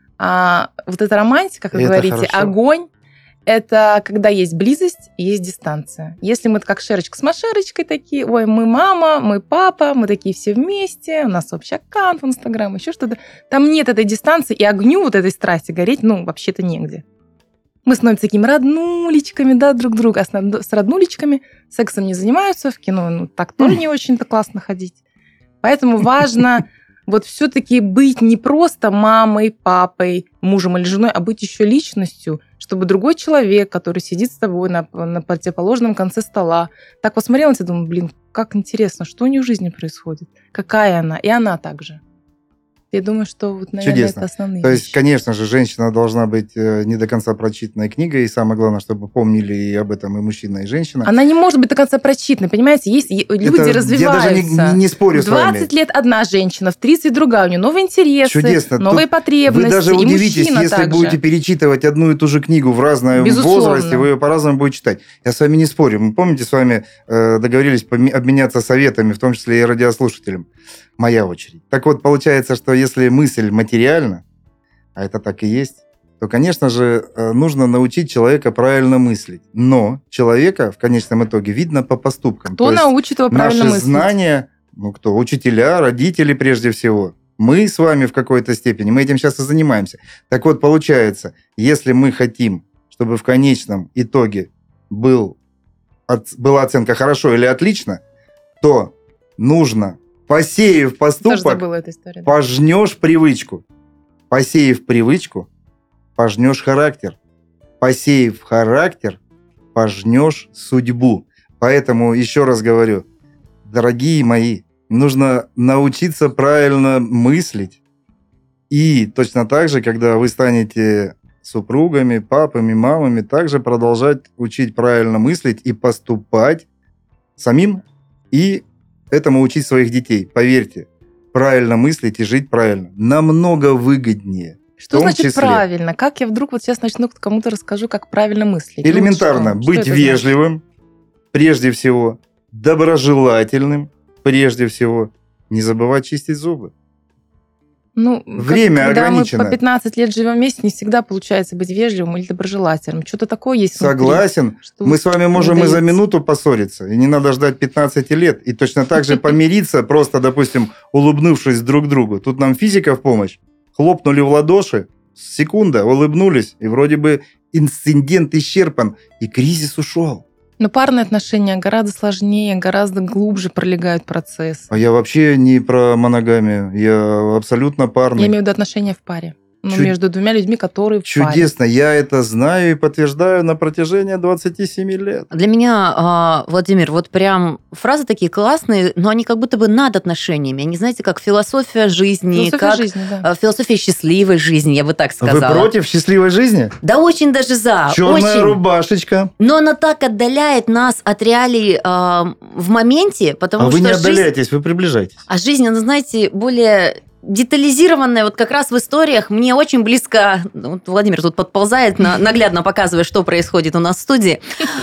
А эта романтика, как говорите, хорошо. Огонь, это когда есть близость и есть дистанция. Если мы как Шерочка с Машерочкой такие, ой, мы мама, мы папа, мы такие все вместе, у нас общий аккаунт в Инстаграм, еще что-то. Там нет этой дистанции, и огню этой страсти гореть, вообще-то негде. Мы становимся такими роднулечками, друг друга. А с роднулечками сексом не занимаются, в кино так тоже не очень-то классно ходить. Поэтому важно все-таки быть не просто мамой, папой, мужем или женой, а быть еще личностью, чтобы другой человек, который сидит с тобой на противоположном конце стола, так посмотрел на тебя, думаю, как интересно, что у нее в жизни происходит, какая она, и она также. Я думаю, что, наверное, чудесно. Это основные То вещи. есть, конечно же, женщина должна быть не до конца прочитанной книгой, и самое главное, чтобы помнили и об этом и мужчина, и женщина. Она не может быть до конца прочитанной, понимаете? Люди развиваются. Я даже не спорю с вами. В 20 лет одна женщина, в 30 другая, у нее новые интересы, чудесно. новые потребности. Вы даже удивитесь, если будете перечитывать одну и ту же книгу в разном возрасте, вы ее по-разному будете читать. Я с вами не спорю. Мы, помните, с вами договорились обменяться советами, в том числе и радиослушателям. Моя очередь. Так вот, получается, что если мысль материальна, а это так и есть, то, конечно же, нужно научить человека правильно мыслить. Но человека в конечном итоге видно по поступкам. Кто научит его правильно мыслить? Наши знания, кто? Учителя, родители прежде всего. Мы с вами в какой-то степени, мы этим сейчас и занимаемся. Так вот, получается, если мы хотим, чтобы в конечном итоге была оценка «хорошо» или «отлично», то нужно... Посеяв поступок, пожнешь привычку. Посеяв привычку, пожнешь характер. Посеяв характер, пожнешь судьбу. Поэтому еще раз говорю, дорогие мои, нужно научиться правильно мыслить. И точно так же, когда вы станете супругами, папами, мамами, также продолжать учить правильно мыслить и поступать самим и этому учить своих детей. Поверьте, правильно мыслить и жить правильно намного выгоднее. Что значит правильно? Как я вдруг сейчас начну кому-то расскажу, как правильно мыслить? Элементарно. Быть вежливым, прежде всего, доброжелательным, прежде всего, не забывать чистить зубы. Время ограничено. Когда мы по 15 лет живем вместе, не всегда получается быть вежливым или доброжелательным. Что-то такое есть внутри. Согласен. Мы с вами можем и за минуту поссориться. И не надо ждать 15 лет. И точно так же помириться, просто, допустим, улыбнувшись друг другу. Тут нам физика в помощь. Хлопнули в ладоши, секунда, улыбнулись. И вроде бы инцидент исчерпан. И кризис ушел. Но парные отношения гораздо сложнее, гораздо глубже пролегают процесс. А я вообще не про моногамию. Я абсолютно парный. Я имею в виду отношения в паре. между двумя людьми, которые в паре. Чудесно. Я это знаю и подтверждаю на протяжении 27 лет. Для меня, Владимир, вот прям фразы такие классные, но они как будто бы над отношениями. Они, знаете, как философия жизни, философия счастливой жизни, я бы так сказала. Вы против счастливой жизни? Да очень даже за. Черная рубашечка. Но она так отдаляет нас от реалий в моменте, потому что... вы не отдаляетесь, вы приближаетесь. А жизнь, она, знаете, более... детализированная, вот как раз в историях, мне очень близко, вот Владимир тут подползает, наглядно показывая, что происходит у нас в студии.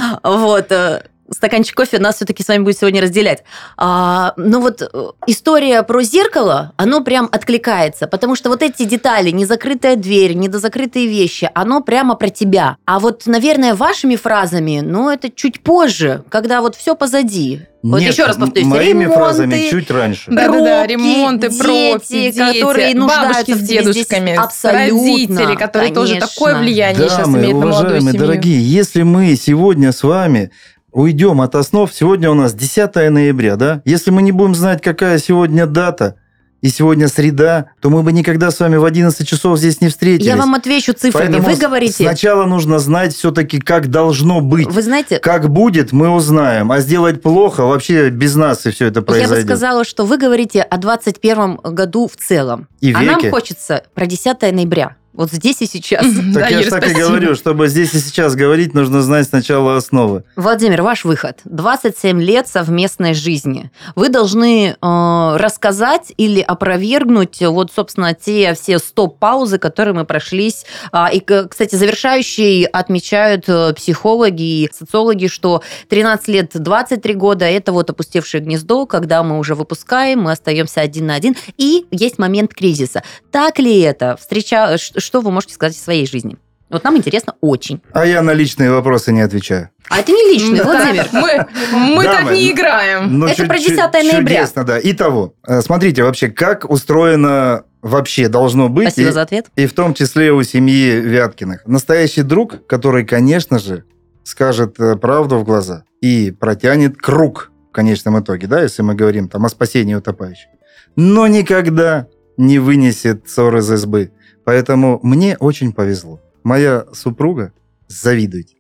Вот, стаканчик кофе нас все-таки с вами будет сегодня разделять. Но вот история про зеркало, оно прям откликается, потому что вот эти детали, незакрытая дверь, недозакрытые вещи, оно прямо про тебя. А вот, наверное, вашими фразами, это чуть позже, когда вот все позади. Вот нет, еще раз повторюсь, моими фразами чуть раньше. Да-да-да, ремонты, дети, которые бабушки с дедушками, родители, которые тоже такое влияние сейчас имеют на молодую семью. Дорогие, если мы сегодня с вами уйдем от основ, сегодня у нас 10 ноября, да? Если мы не будем знать, какая сегодня дата, и сегодня среда, то мы бы никогда с вами в 11 часов здесь не встретились. Я вам отвечу цифрами. Поэтому вы говорите... Сначала нужно знать все-таки, как должно быть. Вы знаете... Как будет, мы узнаем. А сделать плохо, вообще без нас и все это произойдет. Я бы сказала, что вы говорите о 21 году в целом. И веке. А нам хочется про 10 ноября. Вот здесь и сейчас. Так я же так и говорю, чтобы здесь и сейчас говорить, нужно знать сначала основы. Владимир, ваш выход. 27 лет совместной жизни. Вы должны рассказать или опровергнуть вот, собственно, те все стоп-паузы, которые мы прошлись. И, кстати, завершающие отмечают психологи и социологи, что 13 лет, 23 года – это вот опустевшее гнездо, когда мы уже выпускаем, мы остаемся один на один, и есть момент кризиса. Так ли это? Что вы можете сказать о своей жизни? Вот нам интересно очень. А я на личные вопросы не отвечаю. А это не личные, Владимир. Мы так не играем. Это про 10 ноября. Чудесно, да. Итого, смотрите вообще, как устроено вообще должно быть. Спасибо за ответ. И в том числе у семьи Вяткиных. Настоящий друг, который, конечно же, скажет правду в глаза и протянет круг в конечном итоге, да, если мы говорим там о спасении утопающих. Но никогда не вынесет ссор из избы. Поэтому мне очень повезло. Моя супруга, завидуйте,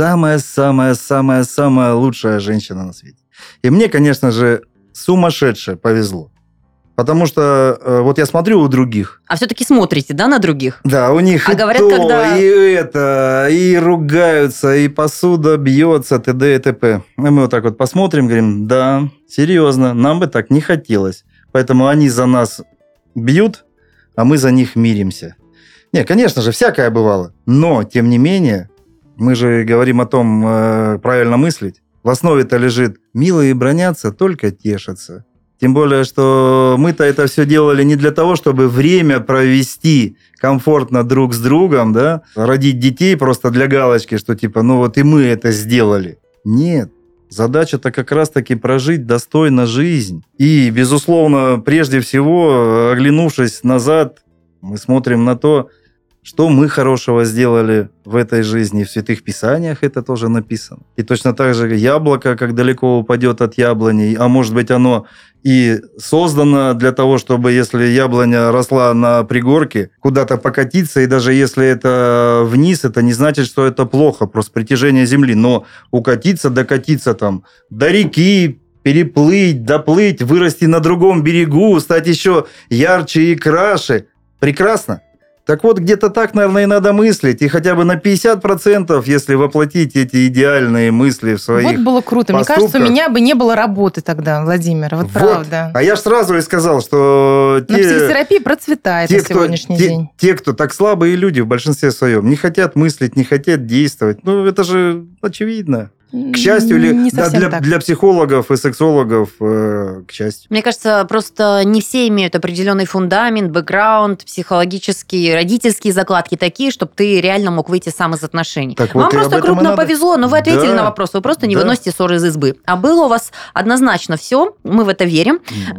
самая-самая-самая-самая лучшая женщина на свете. И мне, конечно же, сумасшедше повезло. Потому что вот я смотрю у других. А все-таки смотрите, да, на других? Да, у них и говорят, то, когда... и это, и ругаются, и посуда бьется, т.д. и т.п. И мы вот так вот посмотрим, говорим, да, серьезно, нам бы так не хотелось. Поэтому они за нас бьют, а мы за них миримся. Не, конечно же, всякое бывало. Но, тем не менее, мы же говорим о том, правильно мыслить. В основе-то лежит «милые бранятся, только тешатся». Тем более, что мы-то это все делали не для того, чтобы время провести комфортно друг с другом, да, родить детей просто для галочки, что типа, ну вот и мы это сделали. Нет. Задача-то как раз-таки прожить достойно жизнь. И, безусловно, прежде всего, оглянувшись назад, мы смотрим на то, что мы хорошего сделали в этой жизни. В Святых Писаниях это тоже написано. И точно так же яблоко, как далеко упадет от яблони, а может быть оно и создано для того, чтобы, если яблоня росла на пригорке, куда-то покатиться, и даже если это вниз, это не значит, что это плохо, просто притяжение земли. Но укатиться, докатиться там до реки, переплыть, доплыть, вырасти на другом берегу, стать еще ярче и краше. Прекрасно. Так вот, где-то так, наверное, и надо мыслить. И хотя бы на 50%, если воплотить эти идеальные мысли в своих Вот было круто. поступках. Мне кажется, у меня бы не было работы тогда, Владимир. Вот правда. А я же сразу и сказал, что... Но психотерапия процветает на сегодняшний день. Те, кто так слабые люди в большинстве своем, не хотят мыслить, не хотят действовать. Ну, это же очевидно. К счастью, или для психологов и сексологов, к счастью. Мне кажется, просто не все имеют определенный фундамент, бэкграунд, психологические, родительские закладки такие, чтобы ты реально мог выйти сам из отношений. Так Вам вот просто крупно повезло, но вы ответили на вопрос, вы просто не выносите ссоры из избы. А было у вас однозначно все, мы в это верим.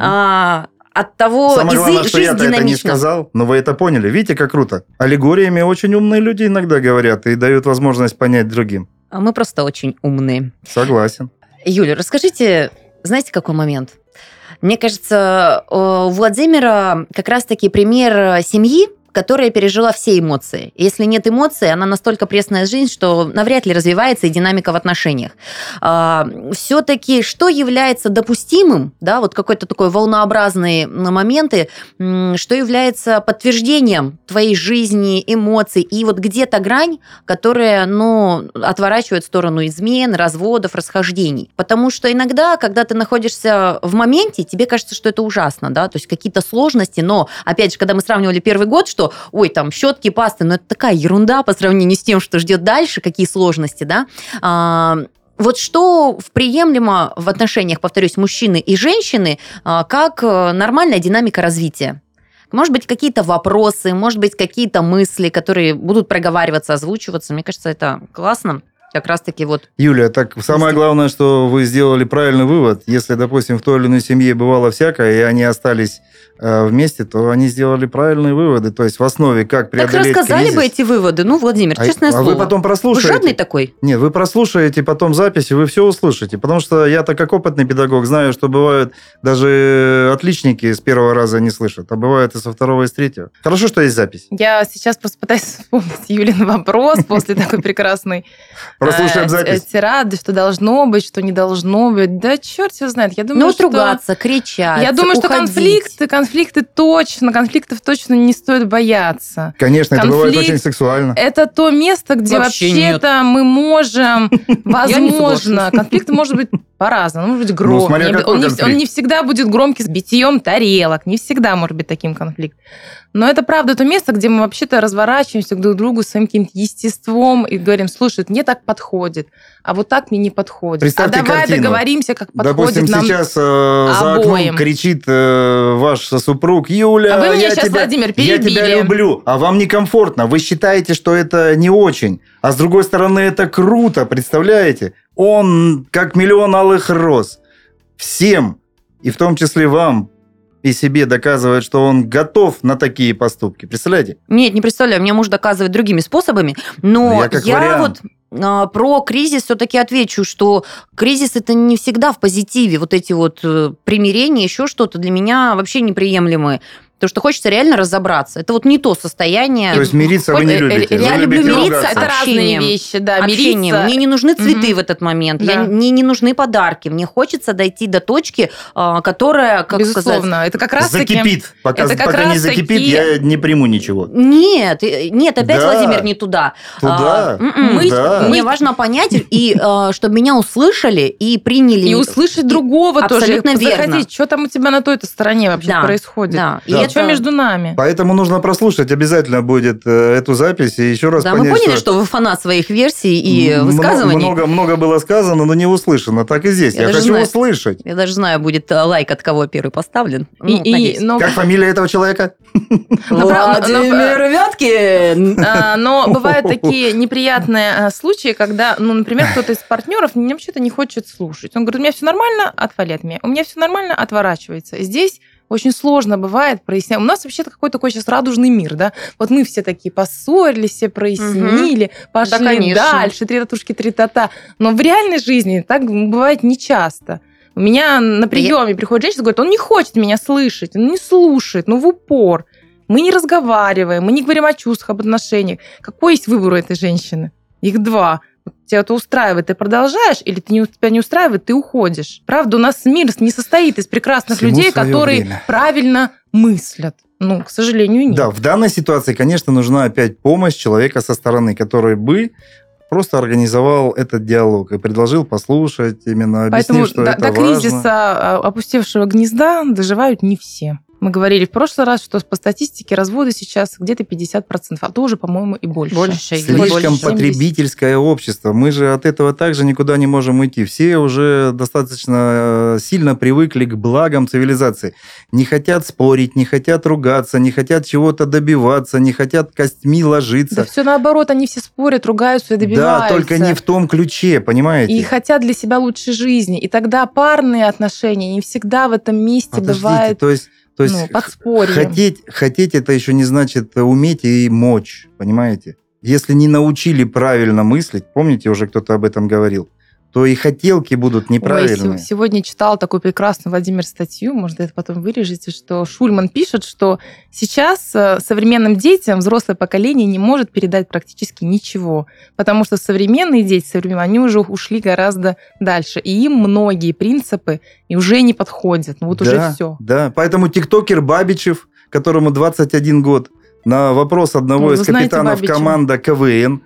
От того, самое главное, что я-то это не сказал, но вы это поняли. Видите, как круто? Аллегориями очень умные люди иногда говорят и дают возможность понять другим. Мы просто очень умные. Согласен. Юля, расскажите, знаете, какой момент? Мне кажется, у Владимира как раз-таки пример семьи, которая пережила все эмоции. Если нет эмоций, она настолько пресная жизнь, что навряд ли развивается и динамика в отношениях. Все-таки что является допустимым, да, вот какой-то такой волнообразные моменты, что является подтверждением твоей жизни, эмоций, и вот где-то грань, которая, отворачивает в сторону измен, разводов, расхождений. Потому что иногда, когда ты находишься в моменте, тебе кажется, что это ужасно, да, то есть какие-то сложности, но, опять же, когда мы сравнивали первый год, что, там, щетки, пасты, это такая ерунда по сравнению с тем, что ждет дальше, какие сложности, да. Вот что приемлемо в отношениях, повторюсь, мужчины и женщины, как нормальная динамика развития? Может быть, какие-то вопросы, может быть, какие-то мысли, которые будут проговариваться, озвучиваться. Мне кажется, это классно. Как раз-таки вот... Юля, так самое главное, что вы сделали правильный вывод. Если, допустим, в той или иной семье бывало всякое, и они остались вместе, то они сделали правильные выводы. То есть в основе, как преодолеть кризис. Так рассказали бы эти выводы. Владимир, честное слово. А вы потом прослушаете. Вы жадный такой? Нет, вы прослушаете потом запись, и вы все услышите. Потому что я-то как опытный педагог знаю, что бывают даже отличники с первого раза не слышат, а бывает и со второго, и с третьего. Хорошо, что есть запись. Я сейчас просто пытаюсь вспомнить Юлин вопрос после такой прекрасной... Прослушаем запись. Тирады, что должно быть, что не должно быть. Да черт его знает. Я думаю, что... ругаться, кричать, Я думаю, уходить. что конфликтов точно не стоит бояться. Конечно, это бывает очень сексуально. Это то место, где вообще-то мы можем, возможно, конфликт может быть по-разному, может быть громкий. Он не всегда будет громкий с битьем тарелок, не всегда может быть таким конфликт. Но это правда то место, где мы вообще-то разворачиваемся друг к другу своим каким-то естеством и говорим, слушай, мне так подходит, а вот так мне не подходит. Представьте давай картину. Договоримся, как подходит Допустим, нам сейчас за окном кричит ваш супруг: Юля, вы меня сейчас, Владимир, перебили. Я тебя люблю, а вам некомфортно. Вы считаете, что это не очень. А с другой стороны, это круто, представляете? Он как миллион алых роз. Всем, и в том числе вам, и себе доказывает, что он готов на такие поступки. Представляете? Нет, не представляю. Мне муж доказывает другими способами. Но я про кризис все-таки отвечу, что кризис это не всегда в позитиве. Вот эти вот примирения, еще что-то для меня вообще неприемлемые. Потому что хочется реально разобраться. Это вот не то состояние. То есть мириться вы не любите? Я люблю мириться, это разные вещи. Да, общением. Мне не нужны цветы в этот момент. Да. Мне не нужны подарки. Мне хочется дойти до точки, которая, как безусловно, сказать... это как раз закипит. Пока не закипит, я не приму ничего. Нет, опять, Владимир, не туда. Туда? Мне важно понять, и чтобы меня услышали и приняли. И услышать другого тоже. Абсолютно верно. Заходить, что там у тебя на той-то стороне вообще происходит. Да. Что между нами? Поэтому нужно прослушать. Обязательно будет эту запись и еще раз понять, мы поняли, что вы фанат своих версий и высказываний. Много было сказано, но не услышано. Так и здесь. Я хочу услышать. Я даже знаю, будет лайк, от кого первый поставлен. Как фамилия этого человека? Владимир Вяткин. Но бывают такие неприятные случаи, когда, например, кто-то из партнеров вообще-то не хочет слушать. Он говорит: у меня все нормально, отвали от меня. У меня все нормально, отворачивается. Здесь очень сложно бывает прояснять. У нас вообще-то какой-то такой сейчас радужный мир, да? Вот мы все такие поссорились, все прояснили, пошли дальше, три татушки, три тата. Но в реальной жизни так бывает нечасто. У меня на приеме приходит женщина и говорит: он не хочет меня слышать, он не слушает, в упор. Мы не разговариваем, мы не говорим о чувствах, об отношениях. Какой есть выбор у этой женщины? Их два. Тебя это устраивает, ты продолжаешь, или тебя не устраивает, ты уходишь. Правда, у нас мир не состоит из прекрасных людей, которые правильно мыслят. К сожалению, нет. Да, в данной ситуации, конечно, нужна опять помощь человека со стороны, который бы просто организовал этот диалог и предложил послушать, именно объяснить, что это важно. До кризиса опустевшего гнезда доживают не все. Мы говорили в прошлый раз, что по статистике разводы сейчас где-то 50%, а то уже, по-моему, и больше. Слишком потребительское общество. Мы же от этого также никуда не можем уйти. Все уже достаточно сильно привыкли к благам цивилизации. Не хотят спорить, не хотят ругаться, не хотят чего-то добиваться, не хотят костьми ложиться. Да все наоборот, они все спорят, ругаются и добиваются. Да, только не в том ключе, понимаете? И хотят для себя лучшей жизни. И тогда парные отношения не всегда в этом месте бывают... То есть хотеть это еще не значит уметь и мочь, понимаете? Если не научили правильно мыслить, помните, уже кто-то об этом говорил, то и хотелки будут неправильные. Ой, сегодня читал такую прекрасную, Владимир, статью, может, это потом вырежете, что Шульман пишет, что сейчас современным детям взрослое поколение не может передать практически ничего, потому что современные дети, они уже ушли гораздо дальше, и им многие принципы и уже не подходят. Ну вот уже все. Да, поэтому тиктокер Бабичев, которому 21 год, на вопрос одного из капитанов команды КВН,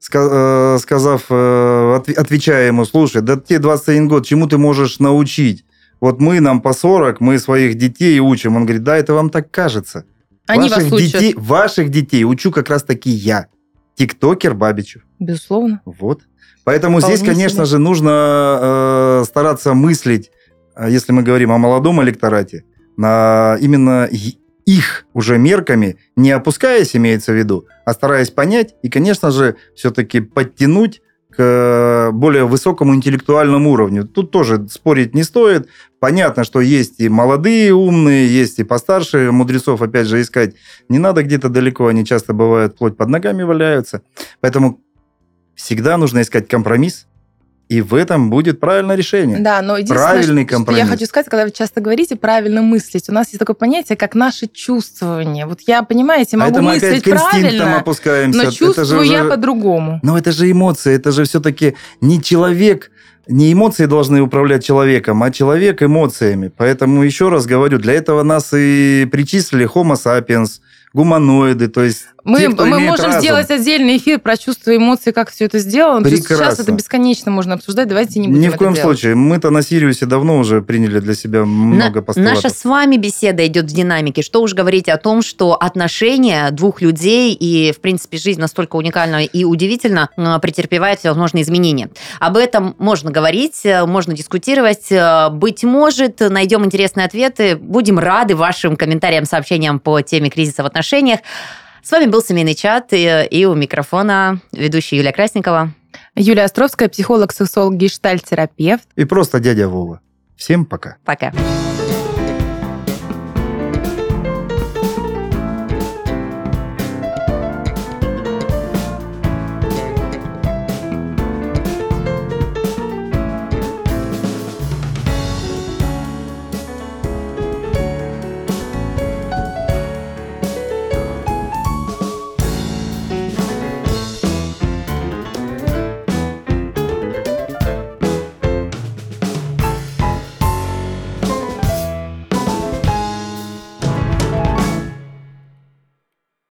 отвечая ему: слушай, да тебе 21 год, чему ты можешь научить? Вот нам по 40, мы своих детей учим. Он говорит: да, это вам так кажется. Они вас учат. Ваших детей учу как раз-таки я. Тиктокер Бабичев. Безусловно. Вот. Поэтому здесь, конечно же, нужно стараться мыслить, если мы говорим о молодом электорате, именно их уже мерками, не опускаясь, имеется в виду, а стараясь понять и, конечно же, все-таки подтянуть к более высокому интеллектуальному уровню. Тут тоже спорить не стоит. Понятно, что есть и молодые умные, есть и постарше мудрецов, опять же, искать не надо где-то далеко, они часто бывают плоть под ногами валяются. Поэтому всегда нужно искать компромисс, и в этом будет правильное решение. Да, но правильный компромисс. Я хочу сказать, когда вы часто говорите правильно мыслить, у нас есть такое понятие, как наше чувствование. Вот я, понимаете, могу мыслить правильно, но чувствую я по-другому. Но это же эмоции, это же все-таки не человек, не эмоции должны управлять человеком, а человек эмоциями. Поэтому еще раз говорю, для этого нас и причислили Homo sapiens, гуманоиды, то есть мы можем сделать отдельный эфир про чувства и эмоции, как все это сделано. Сейчас это бесконечно можно обсуждать, давайте не будем Ни в коем случае. Мы-то на Сириусе давно уже приняли для себя много постулатов. Наша с вами беседа идет в динамике. Что уж говорить о том, что отношения двух людей и, в принципе, жизнь настолько уникальна и удивительна, претерпевает всевозможные изменения. Об этом можно говорить, можно дискутировать. Быть может, найдем интересные ответы. Будем рады вашим комментариям, сообщениям по теме кризиса в отношениях. С вами был «Семейный чат», и у микрофона ведущая Юлия Красникова. Юлия Островская, психолог, сексолог, гештальт-терапевт. И просто дядя Вова. Всем пока. Пока.